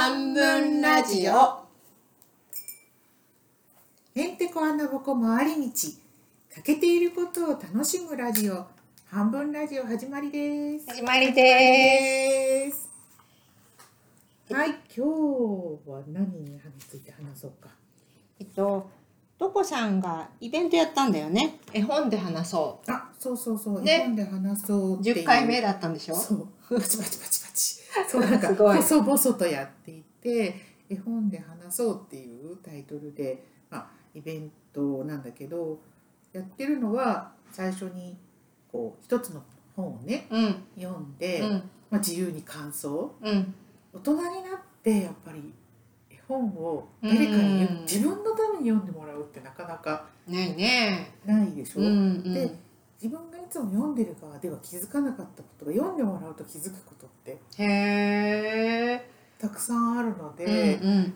半分ラジオ。 へんてこあなぼこ回り道、欠けていることを楽しむラジオ、半分ラジオ始まりです。 始まりです。 はい、今日は何について話そうか。 とこさんがイベントやったんだよね。絵本で話そう。 そう、 ね、 絵本で話そうっていう。 10回目だったんでしょ。 そうパチパチ。そうなんかすごい細々とやっていて、絵本で話そうっていうタイトルで、イベントなんだけど、やってるのは最初にこう一つの本をね、読んで、自由に感想、大人になってやっぱり絵本を誰かに自分のために読んでもらうってなかなかないね。 ないでしょ。 で、 自分がいつも読んでる側では気づかなかったことが読んでもらうと気づくことってたくさんあるので、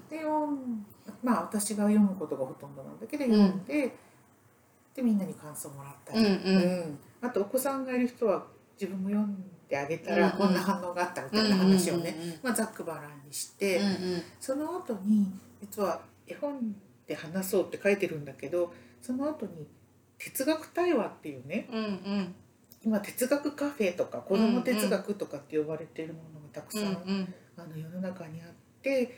私が読むことがほとんどなんだけど、読んで、でみんなに感想もらったり、あとお子さんがいる人は自分も読んであげたらこんな反応があったみたいな話をね、ざっくばらんにして、その後に実は絵本で話そうって書いてるんだけど、その後に哲学対話っていうね、今哲学カフェとか子ども哲学とかって呼ばれているものがたくさん、世の中にあって、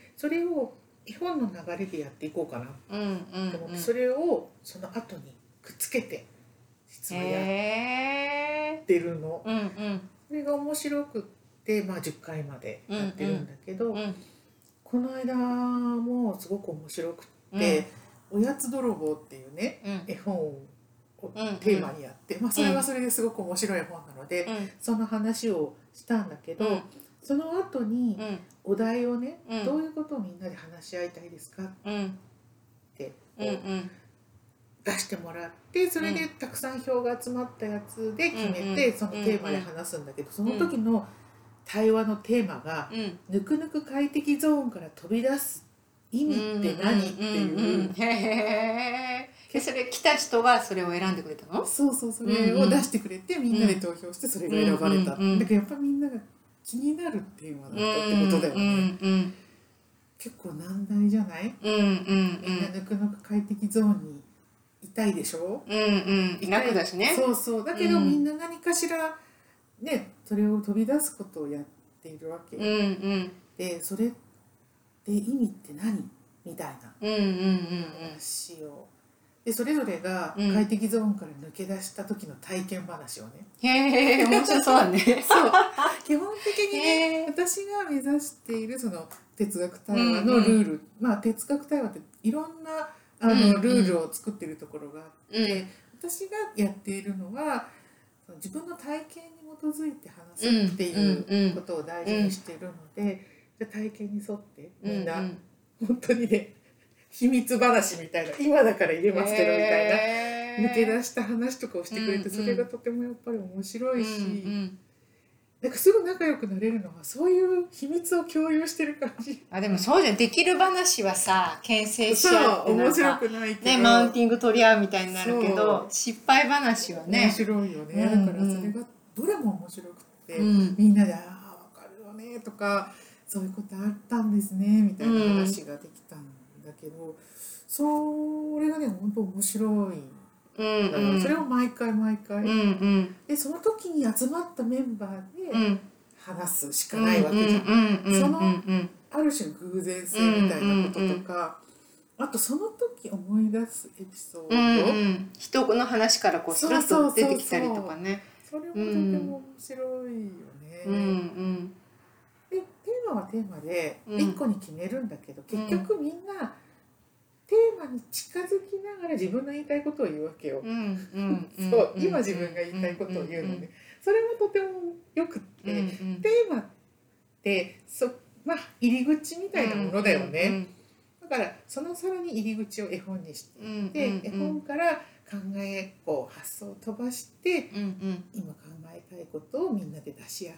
それを絵本の流れでやっていこうかなと思って、それをその後にくっつけて実はやってるの。それが面白くって、10回までやってるんだけど、この間もすごく面白くって、おやつ泥棒っていうね、絵本をテーマにやって、それはそれですごく面白い本なので、その話をしたんだけど、その後にお題をね、どういうことをみんなで話し合いたいですかって出してもらって、それでたくさん票が集まったやつで決めて、そのテーマで話すんだけど、その時の対話のテーマが「ぬくぬく快適ゾーンから飛び出す意味って何?」っていう。 それ来た人がそれを選んでくれたの？ そうそれを出してくれて、みんなで投票してそれが選ばれた。だからやっぱみんなが気になるテーマだったってことだよね。結構難題じゃない？みんなぬくぬく快適ゾーンにいたいでしょ。 楽だしね。 そうだけどみんな何かしらね、それを飛び出すことをやっているわけ。でそれって意味って何みたいな話を。でそれぞれが快適ゾーンから抜け出した時の体験話をね。 面白そうだね。 そう基本的にね、私が目指しているその哲学対話のルール、哲学対話っていろんなルールを作っているところがあって、私がやっているのは自分の体験に基づいて話すっていうことを大事にしているので、体験に沿ってみんな本当にね、秘密話みたいな、今だから入れますけどみたいな抜け出した話とかをしてくれて、それがとてもやっぱり面白いし、なんかすぐ仲良くなれるのはそういう秘密を共有してる感じ。 でもそうじゃん。できる話はさ、牽制し合って面白くないけどね、マウンティング取り合うみたいになるけど、失敗話はね面白いよね。だからそれがどれも面白くって、みんなで分かるよねとか、そういうことあったんですねみたいな話ができたんだけど、それがね本当面白い。それを毎回、でその時に集まったメンバーで話すしかないわけじゃん。そのある種偶然性みたいなこととか、あとその時思い出すエピソード、 人の話からこうスラッと出てきたりとかね。 それもとても面白いよね。でテーマはテーマで1個に決めるんだけど、結局みんなテーマに近づきながら自分の言いたいことを言うわけよ。そう今自分が言いたいことを言うので、それもとてもよくって、テーマって入り口みたいなものだよね。だからそのさらに入り口を絵本にしていって、絵本から考え発想を飛ばして、今考えたいことをみんなで出し合って、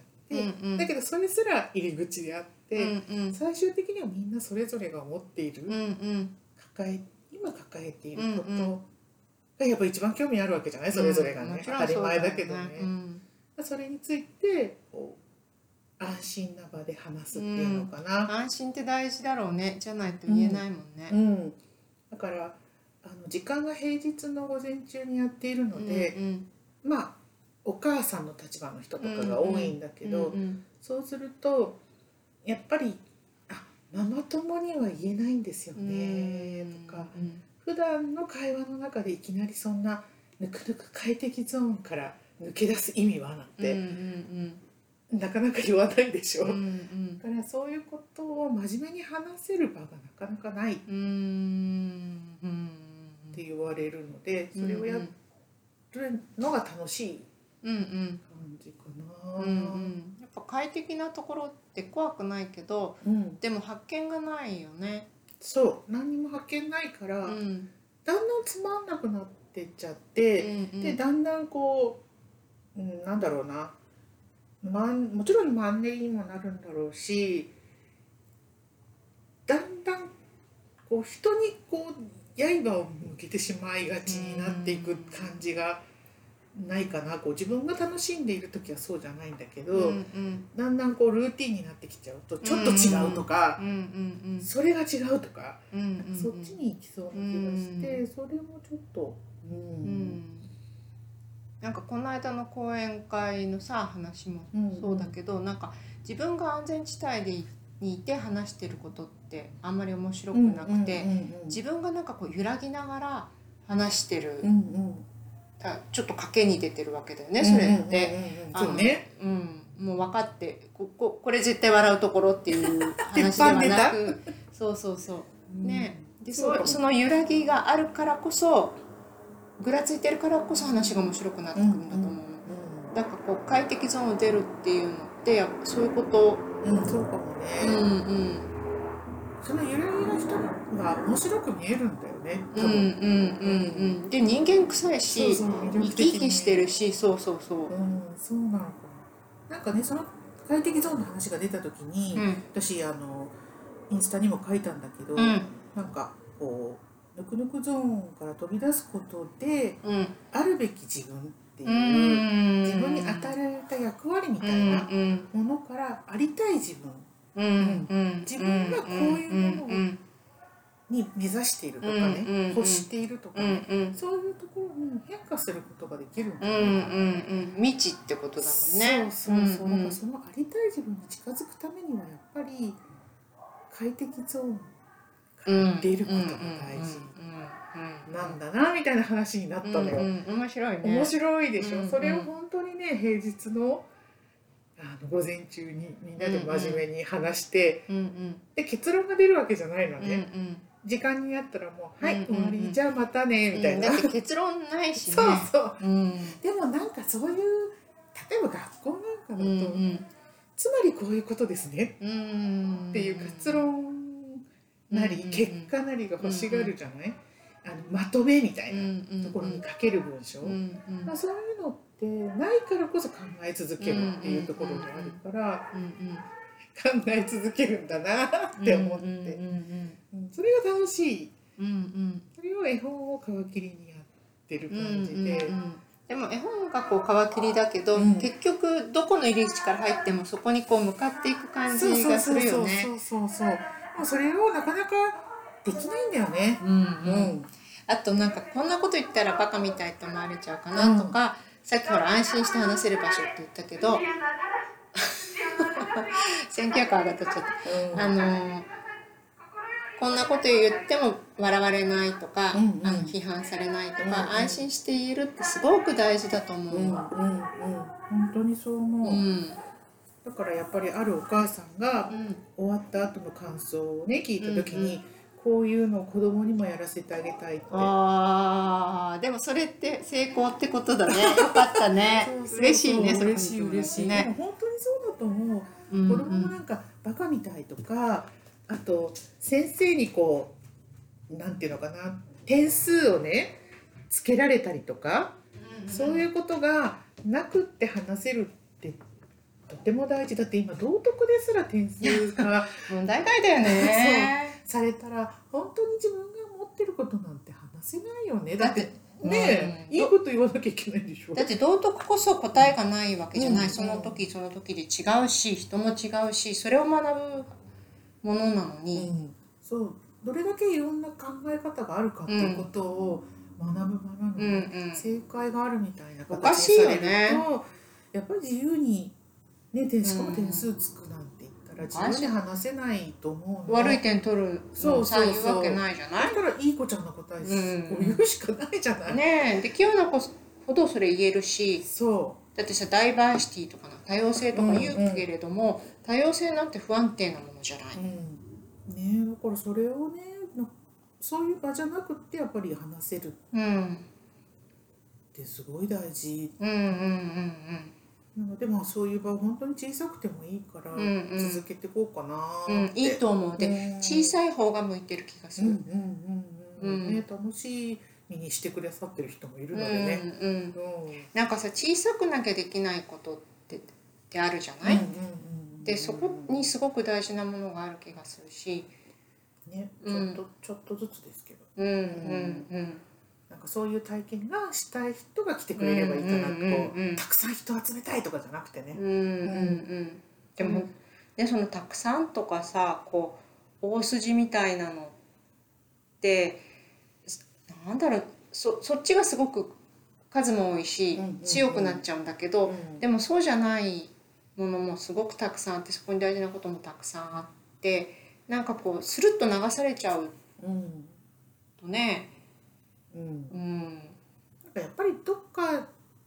だけどそれすら入り口であって、最終的にはみんなそれぞれが持っている今抱えていることがやっぱ一番興味あるわけじゃない、それぞれがね。当たり前だけどね。それについて安心な場で話すっていうのかな、 安心って大事だろうね。じゃないと言えないもんね。 だから時間が平日の午前中にやっているので、まあお母さんの立場の人とかが多いんだけど、そうするとやっぱりママ友には言えないんですよねとか、普段の会話の中でいきなりそんなぬくぬく快適ゾーンから抜け出す意味はなんて、なかなか言わないでしょ。だからそういうことを真面目に話せる場がなかなかないって言われるので、それをやるのが楽しい感じかな。 やっぱ快適なところって怖くないけど、でも発見がないよね。 そう何にも発見ないから、だんだんつまんなくなってっちゃって、でだんだんこう、なんだろうな、もちろんマンネリにもなるんだろうし、だんだんこう人にこう刃を向けてしまいがちになっていく感じがないかな。こう自分が楽しんでいる時はそうじゃないんだけど、だんだんこうルーティンになってきちゃうとちょっと違うとか、それが違うとか、そっちに行きそうな気がして、それもちょっとなんかこの間の講演会のさ話もそうだけど、なんか自分が安全地帯にいて話してることってあんまり面白くなくて、自分がなんかこう揺らぎながら話してる、ちょっと賭けに出てるわけだよね、それって。 そうね。 もう分かってこれ絶対笑うところっていう話ではなくそうね。でその揺らぎがあるからこそ、ぐらついてるからこそ話が面白くなってくるんだと思う。だからこう快適ゾーンを出るっていうのってやっぱそういうこと。 そうかもね。その揺らぎの人が面白く見えるんだよね。 で人間臭いし、生き生きしてるし、そうなのかな。なんかね、その快適ゾーンの話が出た時に、私インスタにも書いたんだけど、なんかこうぬくぬくゾーンから飛び出すことで、あるべき自分っていう、自分に与えられた役割みたいなものからありたい自分、自分がこういうものに目指しているとかね、欲しているとかね、そういうところに変化することができるんだよね。 未知ってことだもんね。 だからそのありたい自分に近づくためにはやっぱり快適ゾーンから出ることが大事なんだなみたいな話になったのよ。 面白いね。 面白いでしょ。それを本当にね、平日の午前中にみんなで真面目に話して、で結論が出るわけじゃないのね。時間になったらもうはい終わり、じゃあまたねみたいな。 だって結論ないしね。 でもなんかそういう、例えば学校なんかだと、つまりこういうことですねっていう結論なり結果なりが欲しがるじゃない。まとめみたいなところに書ける文章、そういうのってないからこそ考え続けるっていうところがあるから、考え続けるんだなって思って、それが楽しい。それを絵本を皮切りにやってる感じで。 でも絵本がこう皮切りだけど、結局どこの入り口から入ってもそこにこう向かっていく感じがするよね。 それをなかなかできないんだよね。 あとなんかこんなこと言ったらバカみたいと思われちゃうかなとか、さっきほら安心して話せる場所って言ったけど選挙カーが立っちゃった。こんなこと言っても笑われないとか、批判されないとか、安心して言えるってすごく大事だと思う。 本当にそう思う。だからやっぱりあるお母さんが終わった後の感想をね聞いた時に、こういうのを子供にもやらせてあげたいって。 でもそれって成功ってことだね。よかったね。嬉しいね。 嬉しいね。でも本当にそうだと思う。子供もなんかバカみたいとか、あと先生にこうなんていうのかな、点数をねつけられたりとか、そういうことがなくって話せるってとても大事だって。今道徳ですら点数が問題外だよね。 されたら本当に自分が持ってることなんて話せないよね。だってねえ、いいこと言わなきゃいけないでしょ。 だって道徳こそ答えがないわけじゃない、その時その時で違うし人も違うし、それを学ぶものなのに、 そうどれだけいろんな考え方があるかっていうことを学ぶ正解があるみたいな形にされると、やっぱり自由に、ね、しかも点数つくなんて言ったら自由に話せないと思うの。 悪い点取るのさ言うわけないじゃない。 だからいい子ちゃんの答えを言うしかないじゃない。 ねえ、で清菜子ほどそれ言えるし、 そうだってさダイバーシティとか多様性とか言うけれども、多様性なんて不安定なものじゃない。 ね、だからそれをね、そういう場じゃなくてやっぱり話せるってすごい大事。なのでそういう場は本当に小さくてもいいから続けていこうかなって。 いいと思う。で、小さい方が向いてる気がする。 ね、楽しみにしてくださってる人もいるのでね。 なんかさ、小さくなきゃできないことってあるじゃない。でそこにすごく大事なものがある気がするし、 ね、ちょっとずつですけど、なんかそういう体験がしたい人が来てくれればいいかなと、たくさん人集めたいとかじゃなくてね。 でもね、そのたくさんとかさ、こう大筋みたいなのってなんだろう、そっちがすごく数も多いし強くなっちゃうんだけど、でもそうじゃないものもすごくたくさんあって、そこに大事なこともたくさんあって、なんかこうスルッと流されちゃうとね、 なんかやっぱりどっか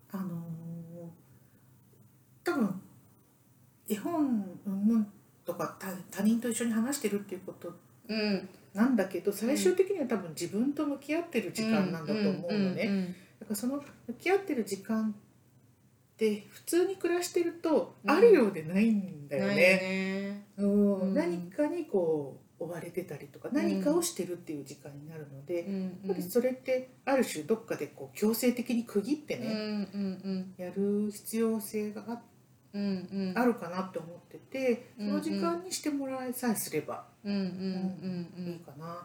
多分絵本とか他人と一緒に話してるっていうことなんだけど、最終的には多分自分と向き合ってる時間なんだと思うのね。だからその向き合ってる時間で普通に暮らしてるとあるようでないんだよね。何かにこう追われてたりとか何かをしてるっていう時間になるので、やっぱりそれってある種どっかでこう強制的に区切ってね、やる必要性があるかなって思ってて、その時間にしてもらいさえすればいいかな。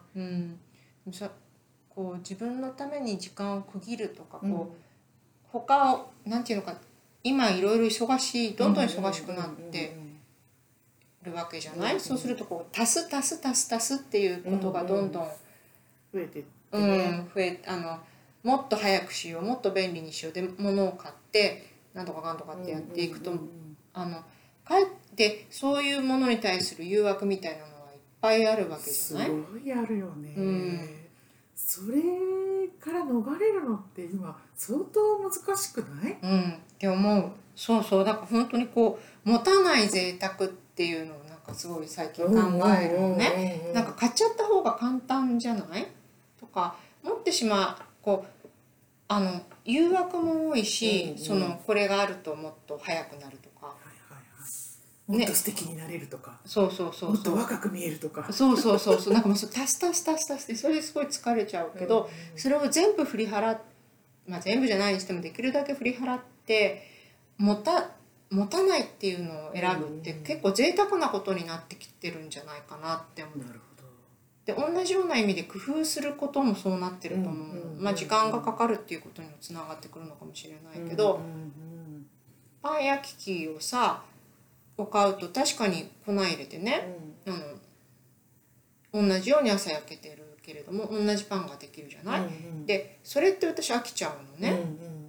こう自分のために時間を区切るとか、こう他をなんていうのか、今いろいろ忙しい、どんどん忙しくなってるわけじゃない。そうするとこう足すっていうことがどんどん増えてってね、 もっと早くしよう、もっと便利にしようで物を買ってなんとかかんとかってやっていくと、かえってそういうものに対する誘惑みたいなのはいっぱいあるわけじゃない。 すごいあるよね。それから逃れるのって今相当難しくない？ って思う。そうそう、だから本当にこう持たない贅沢っていうのをなんかすごい最近考えるのね。なんか買っちゃった方が簡単じゃないとか、持ってしまうこう誘惑も多いし、これがあるともっと早くなるとか、 もっと素敵になれるとか、 もっと若く見えるとか、 なんかもう足すってそれですごい疲れちゃうけど、それを全部振り払って、全部じゃないにしてもできるだけ振り払って持たないっていうのを選ぶって結構贅沢なことになってきてるんじゃないかなって思う。 なるほど。 で同じような意味で工夫することもそうなってると思う。時間がかかるっていうことにもつながってくるのかもしれないけど、パン焼き器を買うと確かに粉入れてね、同じように朝焼けてるけれども同じパンができるじゃない。でそれって私飽きちゃうのね。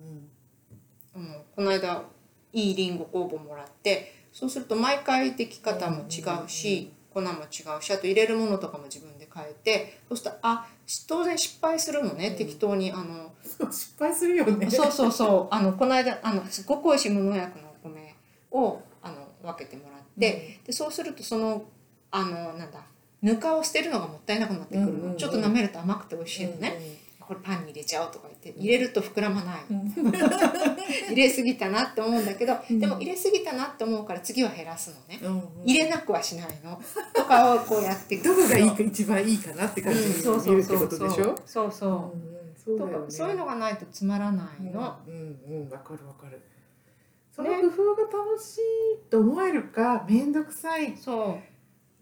この間いいりんご酵母もらって、そうすると毎回出来方も違うし、粉も違うし、あと入れるものとかも自分で変えて、そうすると当然失敗するのね、適当に失敗するよね。 この間すごくおいしい無農薬のお米を分けてもらって、でそうするとぬかを捨てるのがもったいなくなってくるの。ちょっと舐めると甘くて美味しいのね。これパンに入れちゃおうとか言って入れると膨らまない。入れすぎたなって思うんだけど、でも入れすぎたなって思うから次は減らすのね。入れなくはしないのとかをこうやってどこが一番いいかなって感じに見るってことでしょ。 そういうのがないとつまらないの。 わかる。その工夫が楽しいと思えるか面倒くさい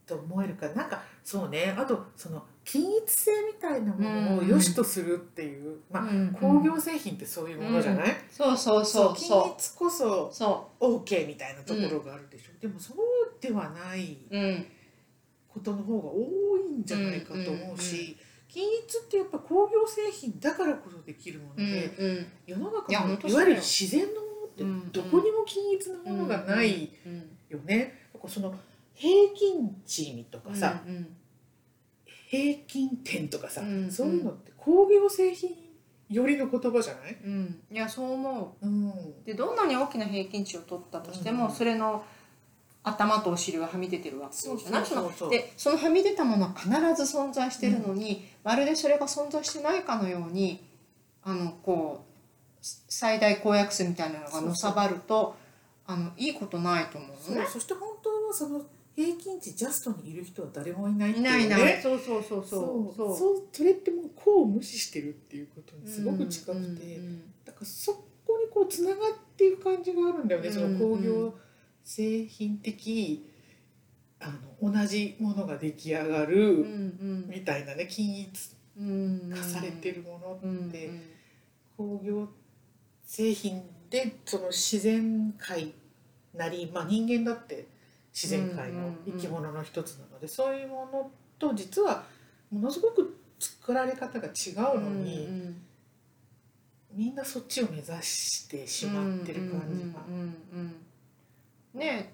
と思えるか、なんかそうね、あとその均一性みたいなものを良しとするっていう、まあ、工業製品ってそういうものじゃない、 そうそうそう均そう一こそそ OK みたいなところがあるでしょ、でもそうではないことの方が多いんじゃないかと思うし、均一ってやっぱ工業製品だからこそできるもので、世の中のいわゆる自然のものってどこにも均一なものがないよね。だからその平均値とかさ、平均点とかさ、そういうのって工業製品よりの言葉じゃない？ いやそう思う。でどんなに大きな平均値を取ったとしても、それの頭とお尻ははみ出てるわけじゃない。でそのはみ出たものは必ず存在してるのに、まるでそれが存在してないかのようにこう最大公約数みたいなのがのさばるといいことないと思うのね。 そして本当はその平均値ジャストにいる人は誰もいないっていうね。 いない。そうそれってもう個を無視してるっていうことにすごく近くて、だからそこにこうつながっていく感じがあるんだよね。その工業製品的同じものが出来上がるみたいなね、均一化されてるものって工業製品でその自然界なり、まあ、人間だって自然界の生き物の一つなので、そういうものと実はものすごく作られ方が違うのに、みんなそっちを目指してしまってる感じがね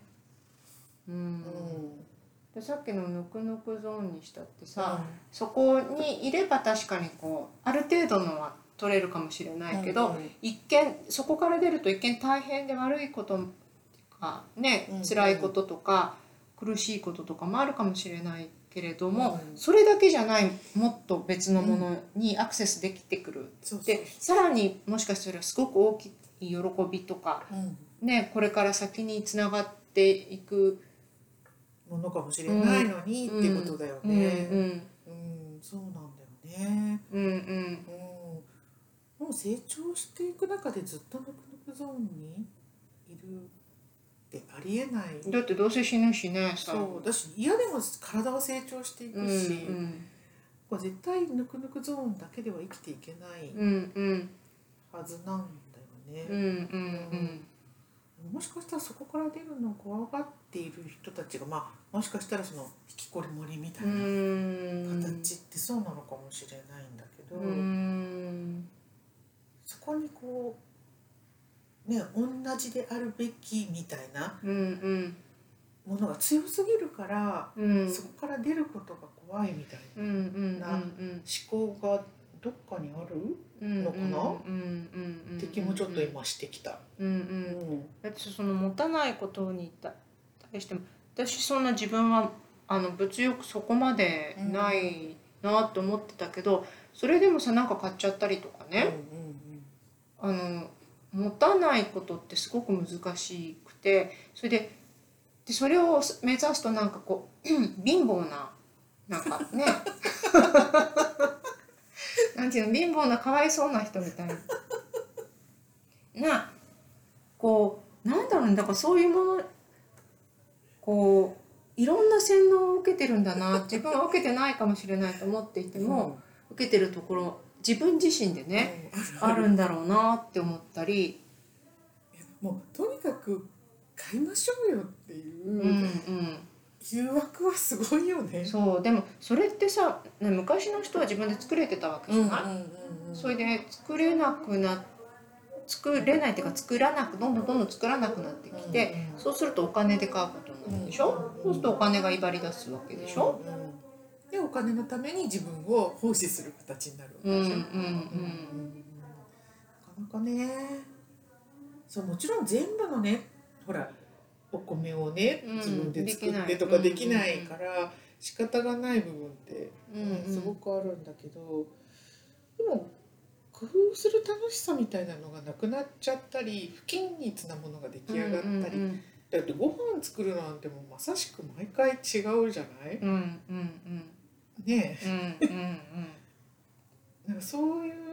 でさっきのぬくぬくゾーンにしたってさ、そこにいれば確かにこうある程度のは取れるかもしれないけど、一見そこから出ると一見大変で悪いことかね、辛いこととか苦しいこととかもあるかもしれないけれども、それだけじゃないもっと別のものにアクセスできてくる。でさらにもしかしたらすごく大きい喜びとか、ね、これから先につながっていくものかもしれないのにっていうことだよね。そうなんだよね。もう成長していく中でずっとぬくぬくゾーンにいるってありえない。 だってどうせ死ぬしね。 そうだし、嫌でも体は成長していくし、これ絶対ぬくぬくゾーンだけでは生きていけないはずなんだよね。もしかしたらそこから出るのを怖がっている人たちが、まあ、もしかしたらその引きこもりみたいな形ってそうなのかもしれないんだけど、そこにこうね、同じであるべきみたいなものが強すぎるから、そこから出ることが怖いみたいな思考がどっかにあるのかなって気もちょっと今してきた。だってその持たないことに対しても私そんな自分は物欲そこまでないなと思ってたけど、それでもさなんか買っちゃったりとかね、持たないことってすごく難しくて、それを目指すとなんかこう貧乏ななんかねなんていうの、貧乏なかわいそうな人みたいなこうなんだろうね、だからそういうものこういろんな洗脳を受けてるんだな、自分は受けてないかもしれないと思っていても、受けてるところ自分自身でね、あるんだろうなって思ったり、 もうとにかく買いましょうよっていう誘惑はすごいよね。 そうでもそれってさ、ね、昔の人は自分で作れてたわけじゃない。それで作れないっていうかどんどん作らなくなってきて、そうするとお金で買うことになるでしょ。そうするとお金が威張り出すわけでしょ。 でお金のために自分を奉仕する形になるわけでしょ。なかなかね、そうもちろん全部のね、ほらお米をね自分で作ってとかできないから仕方がない部分ってすごくあるんだけど、でも工夫する楽しさみたいなのがなくなっちゃったり、不均一なものが出来上がったり、だってご飯作るなんてもまさしく毎回違うじゃない。ねえ、なんかそういう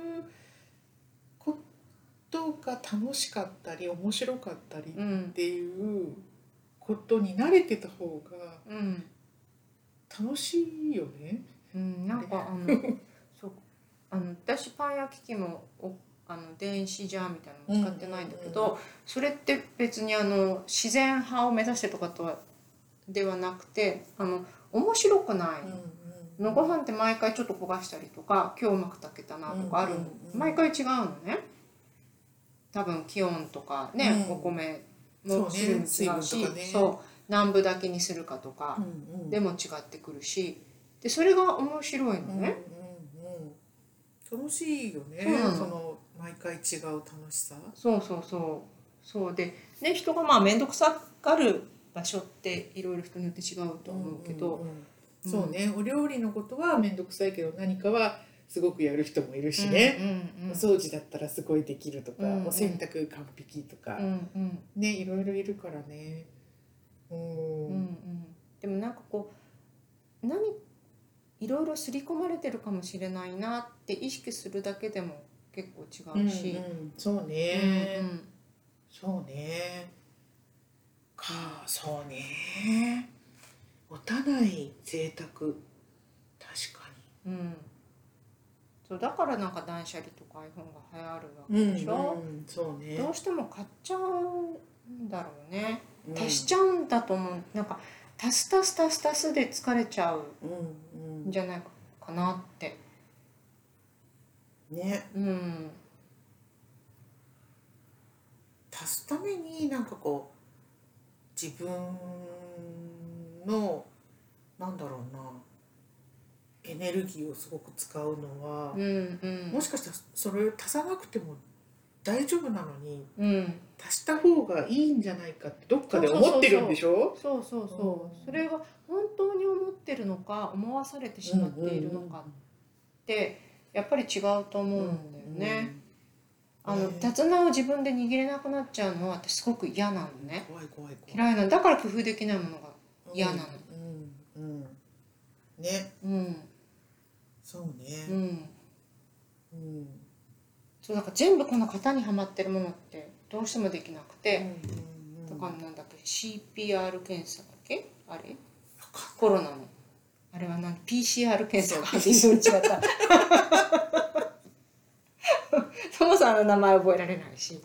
ことが楽しかったり面白かったりっていうことに慣れてた方が楽しいよね。 なんかそう私パン焼き器も電子ジャーみたいなの使ってないんだけど、それって別に自然派を目指してとかではなくて面白くないの、ご飯って毎回ちょっと焦がしたりとか今日うまく炊けたなとかある、毎回違うのね。多分気温とかね、お米も種類も違うし、そう何分だけにするかとかでも違ってくるし、でそれが面白いのね。 楽しいよね。その毎回違う楽しさ。 そうでね、人が面倒くさがる場所っていろいろ人によって違うと思うけど、 そうね、お料理のことは面倒くさいけど何かはすごくやる人もいるしね、お掃除だったらすごいできるとか、お洗濯完璧とか、ね、いろいろいるからね。 でもなんかこういろいろ刷り込まれてるかもしれないなって意識するだけでも結構違うし、 そうね、そうねそうね、持たない贅沢、確かに、そうだからなんか断捨離とか iPhone が流行るわけでしょ、 そうね、 どうしても買っちゃうんだろうね、足しちゃうんだと思う。なんか足すで疲れちゃうんじゃないかなってね、足すためになんかこう自分のなんだろうなエネルギーをすごく使うのは、もしかしたらそれを足さなくても大丈夫なのに、足した方がいいんじゃないかってどっかで思ってるんでしょ。 それが本当に思ってるのか思わされてしまっているのかってやっぱり違うと思うんだよね。手綱を自分で握れなくなっちゃうのは私すごく嫌なのね。嫌いなの。だから工夫できないものが嫌なの。 ね。そうね。 そうだから全部この型にはまってるものってどうしてもできなくて、だからなんだっけ CPR 検査だっけあれコロナのあれは何 PCR 検査が全然違ったそもそも名前覚えられないし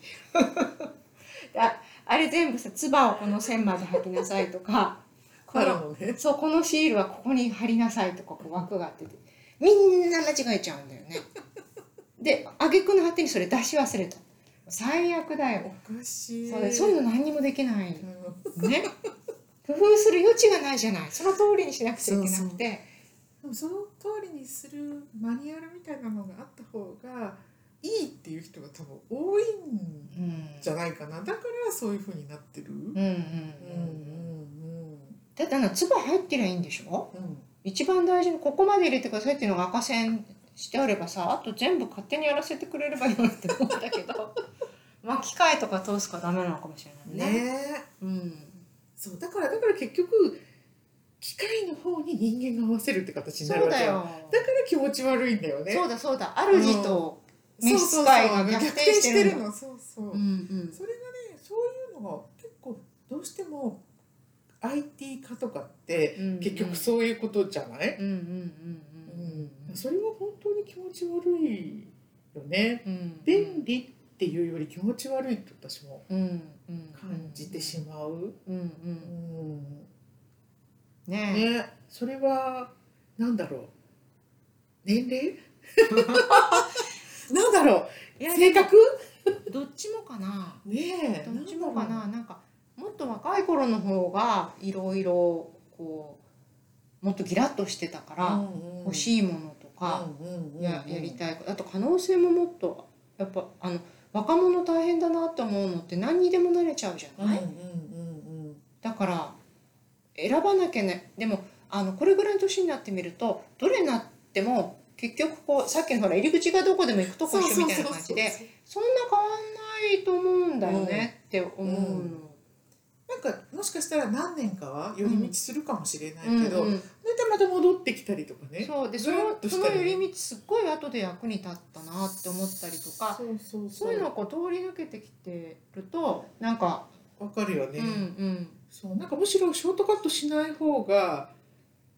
あれ全部さ唾をこの線まで吐きなさいとかそうこのシールはここに貼りなさいとかこう枠があっててみんな間違えちゃうんだよね。で挙句の果てにそれ出し忘れた。最悪だよ。 おかしい。 そういうの何にもできない、ね。工夫する余地がないじゃない。その通りにしなくちゃいけなくて。 でもその通りにするマニュアルみたいなのがあった方がいいっていう人が多分多いんじゃないかな。だからそういう風になってる。 だって唾入ってりゃいいんでしょ。一番大事にここまで入れてくださいっていうのが赤線してあればさ、あと全部勝手にやらせてくれればいいなって思うんだけど機械とか通すからダメなのかもしれないね。そうだから結局機械の方に人間が合わせるって形になるわけよ。だから気持ち悪いんだよね。 そうだ主と召使いが逆転してるの。 それがね、そういうのが結構どうしてもIT 化とかって結局そういうことじゃない？それは本当に気持ち悪いよね。便利っていうより気持ち悪いと私も感じてしまう。ね、それはなんだろう。年齢？なんだろう。性格？ どっちもかな。 ねえ。 どっちもかな。なんかもっと若い頃の方がいろいろこうもっとギラッとしてたから欲しいものとかやりたい。あと可能性ももっとやっぱ若者大変だなって思うのって何にでもなれちゃうじゃない。だから選ばなきゃね。でもこれぐらいの年になってみるとどれになっても結局こうさっきのほら入り口がどこでも行くとこ一緒みたいな感じでそんな変わんないと思うんだよねって思うの。 なんかもしかしたら何年かは寄り道するかもしれないけど、また戻ってきたりとかね。 そうでその寄り道すっごい後で役に立ったなって思ったりとか、そういうのをこう通り抜けてきてるとなんかわかるよね。そうなんかむしろショートカットしない方がい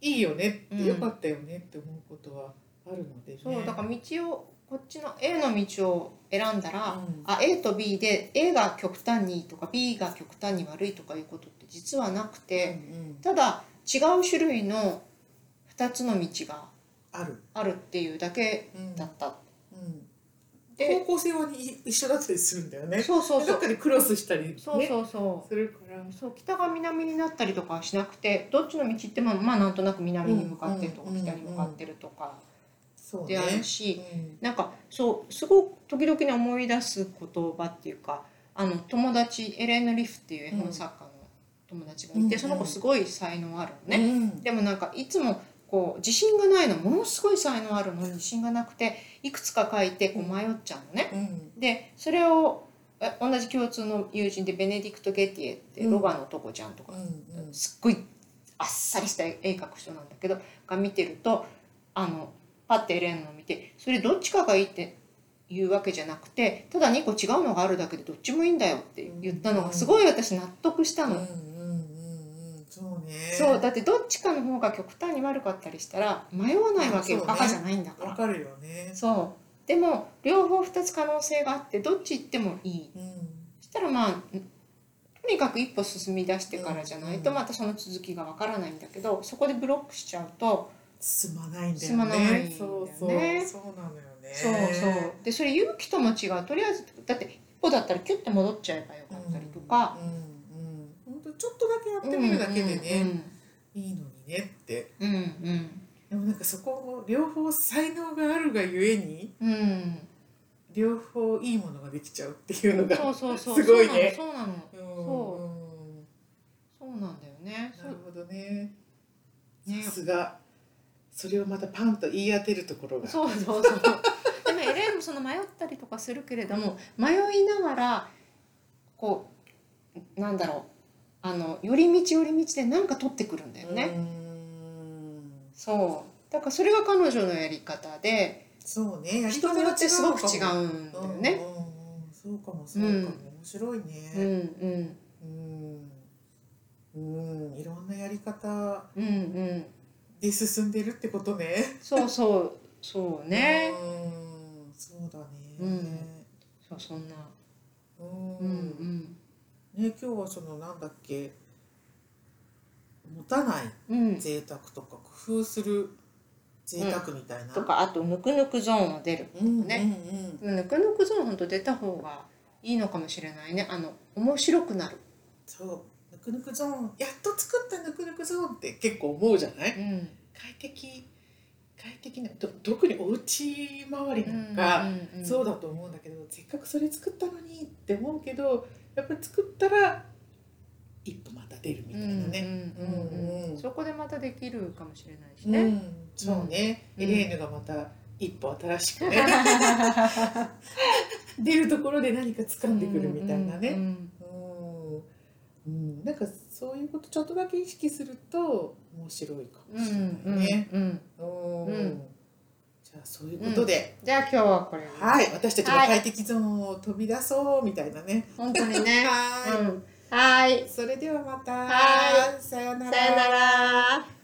いいよねって、 うんよかったよねって思うことはあるのでね。 そうだから道をこっちの A の道を選んだら、 うん A と B で A が極端にいいとか B が極端に悪いとかいうことって実はなくて、ただ違う種類の2つの道があるっていうだけだった。 で方向性は一緒だったりするんだよね。 そうそうそう。 どっかでクロスしたり、ね、 そうそうそうするから。 そう北が南になったりとかはしなくて、どっちの道行ってもまあなんとなく南に向かってるとか北に向かってるとかであるし、なんかそうすごく時々に思い出す言葉っていうか、友達エレーヌ・リフっていう絵本作家の友達がいて、その子すごい才能あるのね。でもなんかいつもこう自信がないの、ものすごい才能あるのに自信がなくていくつか書いてこう迷っちゃうのね。でそれを同じ共通の友人でベネディクト・ゲティエってロバのとこちゃんとか、すっごいあっさりした絵描く人なんだけどが見てるとパッてエレンのを見て、それどっちかがいいっていうわけじゃなくて、ただ2個違うのがあるだけでどっちもいいんだよって言ったのがすごい私納得したの。 そうね。 そうだってどっちかの方が極端に悪かったりしたら迷わないわけよ、赤じゃないんだから。 わかるよね。 そうでも両方2つ可能性があってどっち行ってもいい。そしたらまあとにかく一歩進み出してからじゃないとまたその続きがわからないんだけど、そこでブロックしちゃうと進まないんだよね。 進まないんだよね。 そうなのよね。 そうでそれ勇気とも違う。とりあえずだって一歩だったらキュッて戻っちゃえばよかったりとか、 本当ちょっとだけやってみるだけでね、いいのにねって。でもなんかそこ両方才能があるがゆえに、両方いいものができちゃうっていうのがすごいね。 そうなの。そうなんだよね。 なるほどね。さすが。それをまたパンと言い当てるところが。 そうでもエレンもその迷ったりとかするけれども、迷いながらこうなんだろう寄り道で何か取ってくるんだよね。そうだからそれが彼女のやり方で、 そうね、 人によってすごく違うんだよね。 そうかも面白いね。いろんなやり方で進んでるってことね。 そうね。 そうだね。 そんな。 ね、今日はそのなんだっけ、持たない贅沢とか工夫する贅沢みたいな、 とか、あとぬくぬくゾーンを出るとかね。ぬくぬくゾーンほんと出た方がいいのかもしれないね。面白くなる。 そうぬくぬくゾーン、やっと作ったぬくぬくゾーンって結構思うじゃない？快適な、特にお家周りなんかそうだと思うんだけど、せっかくそれ作ったのにって思うけど、やっぱり作ったら一歩また出るみたいなね。 そこでまたできるかもしれないしね。 そうね。エレーヌがまた一歩新しくね出るところで何か掴んでくるみたいなね。なんかそういうことちょっとだけ意識すると面白いかもしれないね。じゃあそういうことで、 じゃあ今日はこれ、 私たちも快適ゾーンを飛び出そうみたいなね。 本当にね。はい。 それではまた。さよなら。 さよなら。